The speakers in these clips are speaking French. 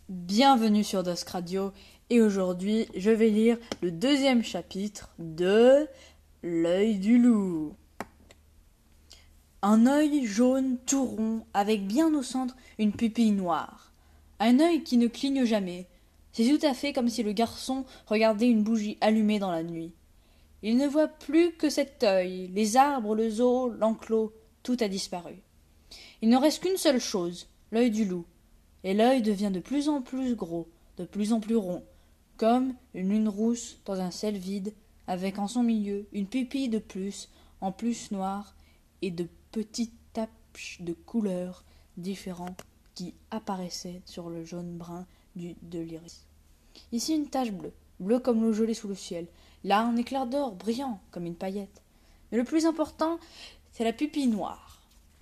Bienvenue sur Dusk Radio et aujourd'hui je vais lire le deuxième chapitre de L'œil du loup. Un œil jaune tout rond avec bien au centre une pupille noire. Un œil qui ne cligne jamais. C'est tout à fait comme si le garçon regardait une bougie allumée dans la nuit. Il ne voit plus que cet œil, les arbres, le zoo, l'enclos, tout a disparu. Il ne reste qu'une seule chose, l'œil du loup. Et l'œil devient de plus en plus gros, de plus en plus rond, comme une lune rousse dans un ciel vide, avec en son milieu une pupille de plus, en plus noire, et de petites taches de couleurs différentes qui apparaissaient sur le jaune brun de l'iris. Ici une tache bleue, bleue comme l'eau gelée sous le ciel, là un éclair d'or brillant comme une paillette. Mais le plus important, c'est la pupille noire.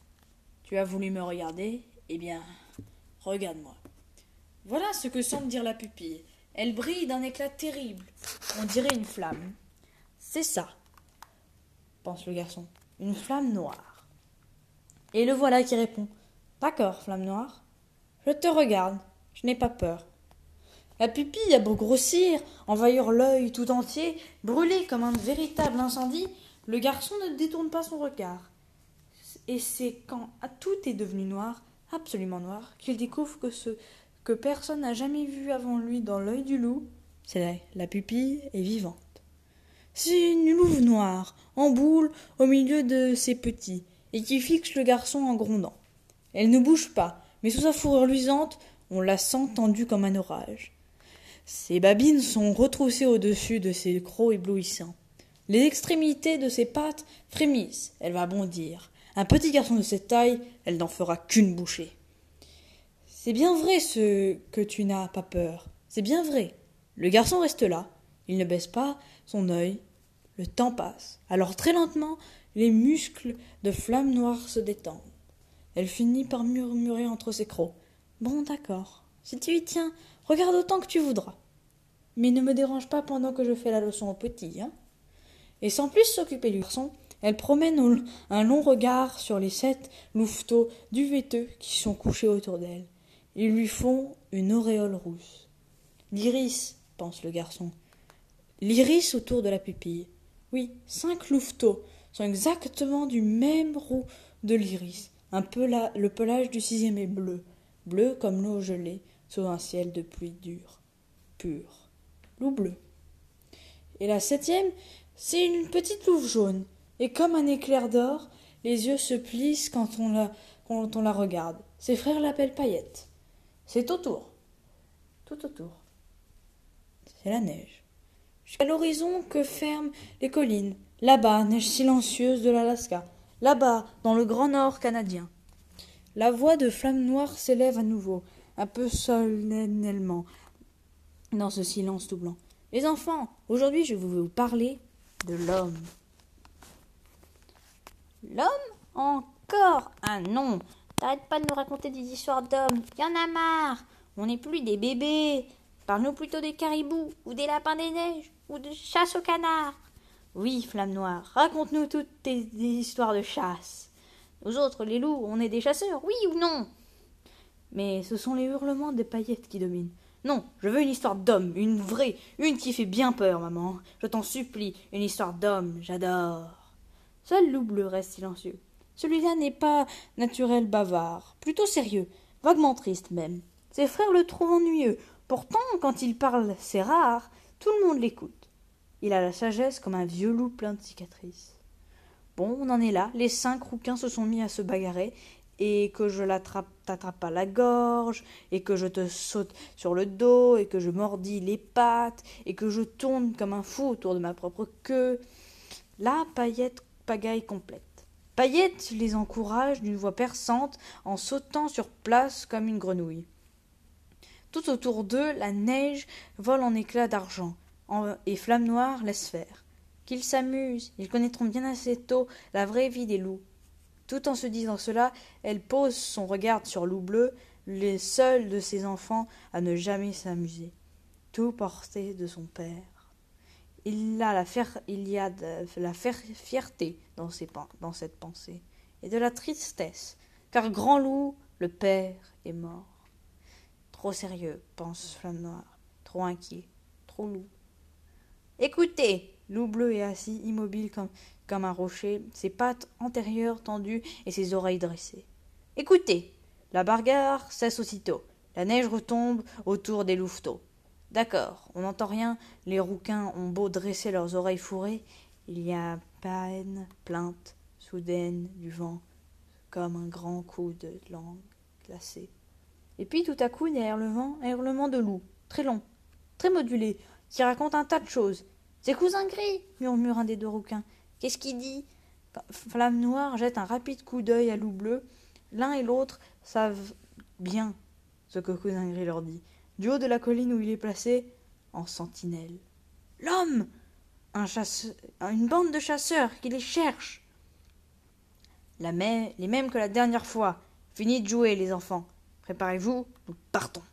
Tu as voulu me regarder? Eh bien, regarde-moi. Voilà ce que semble dire la pupille. Elle brille d'un éclat terrible. On dirait une flamme. C'est ça, pense le garçon. Une flamme noire. Et le voilà qui répond. D'accord, flamme noire. Je te regarde. Je n'ai pas peur. La pupille a beau grossir, envahir l'œil tout entier, brûler comme un véritable incendie, le garçon ne détourne pas son regard. Et c'est quand tout est devenu noir, absolument noir, qu'il découvre que ce que personne n'a jamais vu avant lui dans l'œil du loup, c'est la pupille est vivante. C'est une louve noire, en boule, au milieu de ses petits, et qui fixe le garçon en grondant. Elle ne bouge pas, mais sous sa fourrure luisante, on la sent tendue comme un orage. Ses babines sont retroussées au-dessus de ses crocs éblouissants. Les extrémités de ses pattes frémissent, elle va bondir. Un petit garçon de cette taille, elle n'en fera qu'une bouchée. C'est bien vrai ce que tu n'as pas peur. C'est bien vrai. Le garçon reste là. Il ne baisse pas son œil. Le temps passe. Alors très lentement, les muscles de flamme noire se détendent. Elle finit par murmurer entre ses crocs. Bon, d'accord. Si tu y tiens, regarde autant que tu voudras. Mais ne me dérange pas pendant que je fais la leçon aux petits, hein. Et sans plus s'occuper du garçon, elle promène un long regard sur les 7 louveteaux duveteux qui sont couchés autour d'elle. Ils lui font une auréole rousse. L'iris, pense le garçon. L'iris autour de la pupille. Oui, 5 louveteaux sont exactement du même roux de l'iris. Un peu le pelage du 6e est bleu, bleu comme l'eau gelée sous un ciel de pluie dure, pure. Loup bleu. Et la 7e, c'est une petite louve jaune. Et comme un éclair d'or, les yeux se plissent quand on la regarde. Ses frères l'appellent Paillette. C'est autour. Tout autour. C'est la neige. Jusqu'à l'horizon que ferment les collines. Là-bas, neige silencieuse de l'Alaska. Là-bas, dans le grand nord canadien. La voix de Flamme Noire s'élève à nouveau, un peu solennellement, dans ce silence tout blanc. Les enfants, aujourd'hui je vais vous parler de l'homme. L'homme? Encore? Ah non! T'arrêtes pas de nous raconter des histoires d'hommes. Y en a marre! On n'est plus des bébés. Parle-nous plutôt des caribous, ou des lapins des neiges, ou de chasse aux canards. Oui, Flamme Noire, raconte-nous toutes tes histoires de chasse. Nous autres, les loups, on est des chasseurs, oui ou non? Mais ce sont les hurlements des paillettes qui dominent. Non, je veux une histoire d'homme, une vraie, une qui fait bien peur, maman. Je t'en supplie, une histoire d'homme, j'adore. Seul Loup Bleu reste silencieux. Celui-là n'est pas naturel bavard, plutôt sérieux, vaguement triste même. Ses frères le trouvent ennuyeux. Pourtant, quand il parle, c'est rare, tout le monde l'écoute. Il a la sagesse comme un vieux loup plein de cicatrices. Bon, on en est là, les 5 rouquins se sont mis à se bagarrer, et que je t'attrape à la gorge, et que je te saute sur le dos, et que je mordis les pattes, et que je tourne comme un fou autour de ma propre queue. Là, Paillette pagaille complète. Paillette les encourage d'une voix perçante en sautant sur place comme une grenouille. Tout autour d'eux, la neige vole en éclats d'argent, et Flamme Noire laisse faire. Qu'ils s'amusent, ils connaîtront bien assez tôt la vraie vie des loups. Tout en se disant cela, elle pose son regard sur Loup Bleu, le seul de ses enfants à ne jamais s'amuser, tout porté de son père. Il y a de la fierté dans cette pensée, et de la tristesse, car Grand Loup, le père, est mort. trop sérieux, pense Flamme Noire, trop inquiet, trop loup. Écoutez, Loup Bleu est assis immobile comme un rocher, ses pattes antérieures tendues et ses oreilles dressées. Écoutez, la bagarre cesse aussitôt. La neige retombe autour des louveteaux. D'accord, on n'entend rien, les rouquins ont beau dresser leurs oreilles fourrées, il y a peine, plainte, soudaine du vent, comme un grand coup de langue glacée. Et puis tout à coup, derrière le vent, un hurlement de loup, très long, très modulé, qui raconte un tas de choses. C'est Cousin Gris, murmure un des deux rouquins. Qu'est-ce qu'il dit? Flamme Noire jette un rapide coup d'œil à Loup Bleu. L'un et l'autre savent bien ce que Cousin Gris leur dit. Du haut de la colline où il est placé, en sentinelle. L'homme! Une bande de chasseurs qui les cherche. Les mêmes que la dernière fois. Fini de jouer, les enfants. Préparez-vous, nous partons.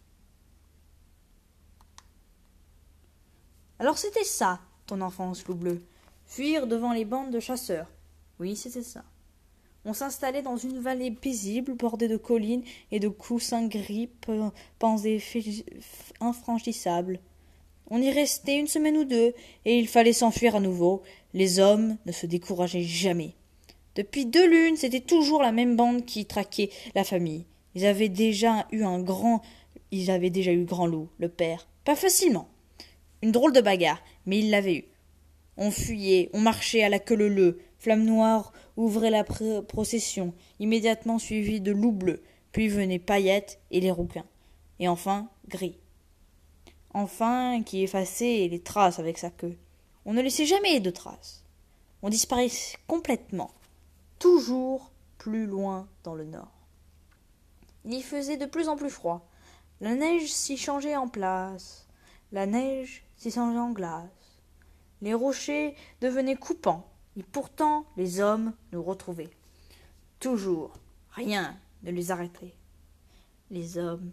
Alors c'était ça, ton enfance, Loup Bleu. Fuir devant les bandes de chasseurs. Oui, c'était ça. On s'installait dans une vallée paisible, bordée de collines et de coussins gris pans et infranchissables. On y restait une semaine ou deux, et il fallait s'enfuir à nouveau. Les hommes ne se décourageaient jamais. Depuis 2 lunes, c'était toujours la même bande qui traquait la famille. Ils avaient déjà eu Grand Loup, le père. Pas facilement. Une drôle de bagarre, mais ils l'avaient eu. On fuyait, on marchait à la queue leu. Flamme Noire ouvrait la procession, immédiatement suivie de Loup Bleu. Puis venaient Paillette et les rouquins. Et enfin, Gris. Enfin, qui effaçait les traces avec sa queue. On ne laissait jamais de traces. On disparaissait complètement, toujours plus loin dans le nord. Il y faisait de plus en plus froid. La neige s'y changeait en place. La neige s'y changeait en glace. Les rochers devenaient coupants, et pourtant les hommes nous retrouvaient. Toujours, rien ne les arrêtait. Les hommes.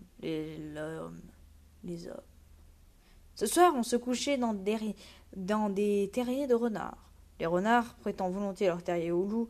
Ce soir, on se couchait dans des terriers de renards. Les renards prêtant volontiers leur terrier au loup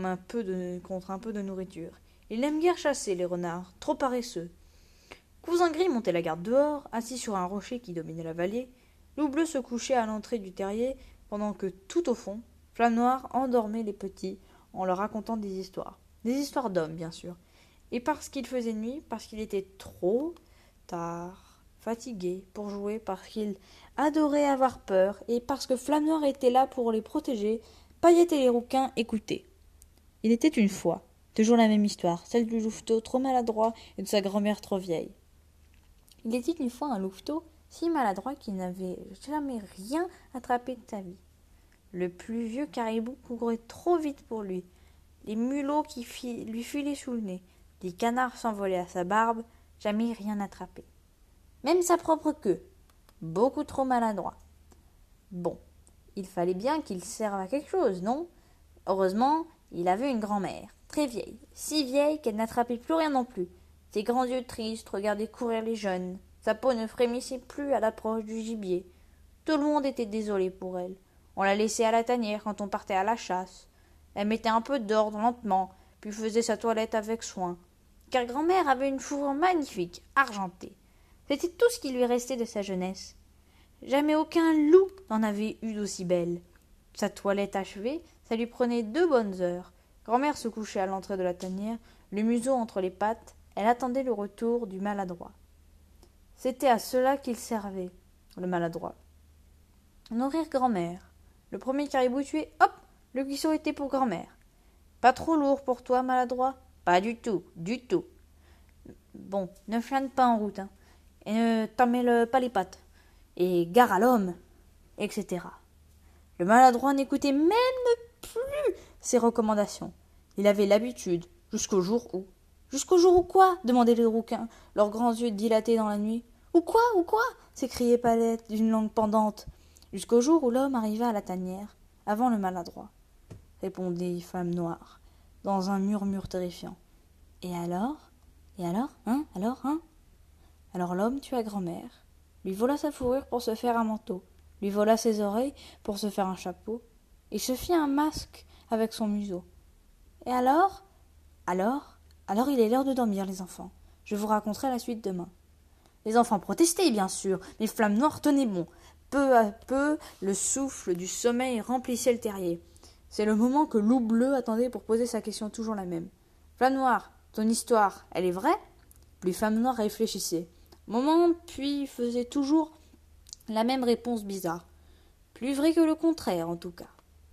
contre un peu de nourriture. Ils n'aiment guère chasser, les renards, trop paresseux. Cousin Gris montait la garde dehors, assis sur un rocher qui dominait la vallée. Loup Bleu se couchait à l'entrée du terrier, pendant que, tout au fond, Flamme Noire endormait les petits en leur racontant des histoires. Des histoires d'hommes, bien sûr. Et parce qu'il faisait nuit, parce qu'il était trop tard, fatigué pour jouer, parce qu'il adorait avoir peur, et parce que Flamme Noire était là pour les protéger, Paillette et les rouquins écoutaient. Il était une fois, toujours la même histoire, celle du louveteau trop maladroit et de sa grand-mère trop vieille. Il était une fois un louveteau si maladroit qu'il n'avait jamais rien attrapé de sa vie. Le plus vieux caribou courait trop vite pour lui. Les mulots lui filaient sous le nez. Les canards s'envolaient à sa barbe, jamais rien attrapé. Même sa propre queue, beaucoup trop maladroit. Bon, il fallait bien qu'il serve à quelque chose, non? Heureusement, il avait une grand-mère, très vieille, si vieille qu'elle n'attrapait plus rien non plus. Ses grands yeux tristes regardaient courir les jeunes. Sa peau ne frémissait plus à l'approche du gibier. Tout le monde était désolé pour elle. On la laissait à la tanière quand on partait à la chasse. Elle mettait un peu d'ordre lentement, puis faisait sa toilette avec soin. Car grand-mère avait une fourrure magnifique, argentée. C'était tout ce qui lui restait de sa jeunesse. Jamais aucun loup n'en avait eu d'aussi belle. Sa toilette achevée, ça lui prenait 2 bonnes heures. Grand-mère se couchait à l'entrée de la tanière, le museau entre les pattes. Elle attendait le retour du maladroit. C'était à cela qu'il servait, le maladroit. Nourrir grand-mère. Le premier caribou tué, hop, le cuisseau était pour grand-mère. Pas trop lourd pour toi, maladroit? Pas du tout, du tout. Bon, ne flâne pas en route, hein, et ne t'en mêle pas les pattes. Et gare à l'homme, etc. Le maladroit n'écoutait même plus ses recommandations. Il avait l'habitude, jusqu'au jour où... Jusqu'au jour où quoi? Demandaient les rouquins, leurs grands yeux dilatés dans la nuit. Où quoi? S'écriait Paillette d'une langue pendante. Jusqu'au jour où l'homme arriva à la tanière, avant le maladroit, répondit Flamme Noire, dans un murmure terrifiant. Et alors? Alors l'homme tua grand-mère, lui vola sa fourrure pour se faire un manteau, lui vola ses oreilles pour se faire un chapeau, et se fit un masque avec son museau. Et alors il est l'heure de dormir, les enfants. Je vous raconterai la suite demain. Les enfants protestaient, bien sûr, mais Flamme Noire tenait bon. Peu à peu, le souffle du sommeil remplissait le terrier. C'est le moment que Loup Bleu attendait pour poser sa question toujours la même. Flamme Noire, ton histoire, elle est vraie? Puis Flamme Noire réfléchissait. Moment, puis faisait toujours la même réponse bizarre. Plus vrai que le contraire, en tout cas.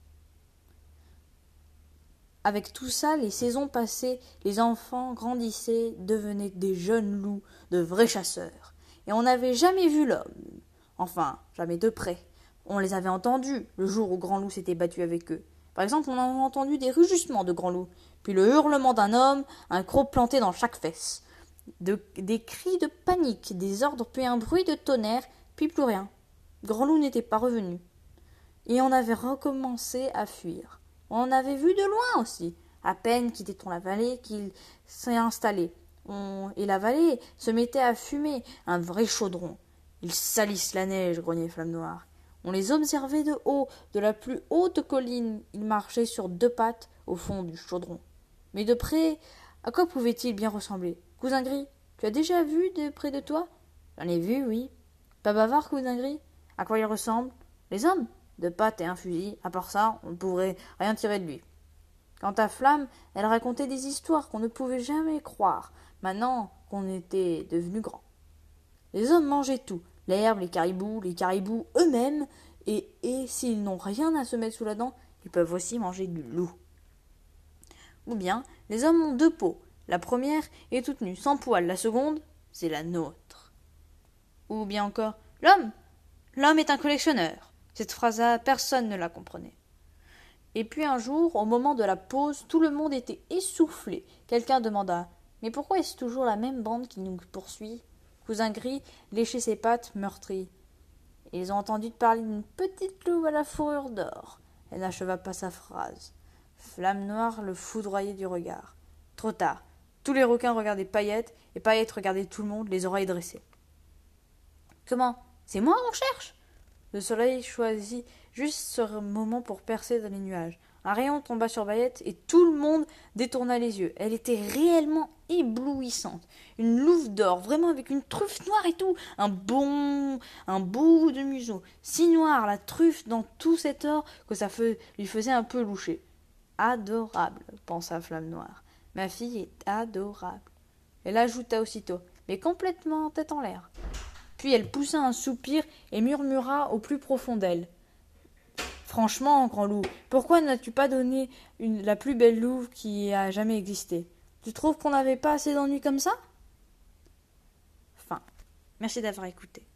Avec tout ça, les saisons passaient, les enfants grandissaient, devenaient des jeunes loups, de vrais chasseurs. Et on n'avait jamais vu l'homme. Enfin, jamais de près. On les avait entendus, le jour où Grand Loup s'était battu avec eux. Par exemple, on avait entendu des rugissements de Grand Loup, puis le hurlement d'un homme, un croc planté dans chaque fesse. Des cris de panique, des ordres, puis un bruit de tonnerre, puis plus rien. Grand Loup n'était pas revenu. Et on avait recommencé à fuir. On en avait vu de loin aussi. À peine quittait-on la vallée qu'il s'est installé. Et la vallée se mettait à fumer, un vrai chaudron. Ils salissent la neige, grognait Flamme Noire. On les observait de haut, de la plus haute colline. Ils marchaient sur deux pattes au fond du chaudron. Mais de près, à quoi pouvaient-ils bien ressembler? Cousin Gris, tu as déjà vu de près de toi? J'en ai vu, oui. Pas bavard, Cousin Gris? À quoi ils ressemblent? Les hommes? Deux pattes et un fusil. À part ça, on ne pourrait rien tirer de lui. Quant à Flamme, elle racontait des histoires qu'on ne pouvait jamais croire, maintenant qu'on était devenu grand. Les hommes mangeaient tout, l'herbe, les caribous eux-mêmes, et s'ils n'ont rien à se mettre sous la dent, ils peuvent aussi manger du loup. Ou bien, les hommes ont deux peaux. La première est toute nue, sans poils. La seconde, c'est la nôtre. Ou bien encore, l'homme est un collectionneur. Cette phrase-là, personne ne la comprenait. Et puis un jour, au moment de la pause, tout le monde était essoufflé. Quelqu'un demanda « Mais pourquoi est-ce toujours la même bande qui nous poursuit ?» Cousin Gris léchait ses pattes meurtries. Ils ont entendu parler d'une petite louve à la fourrure d'or. Elle n'acheva pas sa phrase. Flamme Noire le foudroyait du regard. Trop tard. Tous les requins regardaient Paillette, et Paillette regardait tout le monde, les oreilles dressées. « Comment? C'est moi qu'on cherche ?» Le soleil choisit juste ce moment pour percer dans les nuages. Un rayon tomba sur Paillette et tout le monde détourna les yeux. Elle était réellement éblouissante. Une louve d'or, vraiment avec une truffe noire et tout. Un beau de museau. Si noir, la truffe dans tout cet or que ça lui faisait un peu loucher. Adorable, pensa Flamme Noire. Ma fille est adorable. Elle ajouta aussitôt, mais complètement tête en l'air. Puis elle poussa un soupir et murmura au plus profond d'elle. « Franchement, Grand Loup, pourquoi n'as-tu pas donné la plus belle louve qui a jamais existé? Tu trouves qu'on n'avait pas assez d'ennuis comme ça ?» Fin. Merci d'avoir écouté.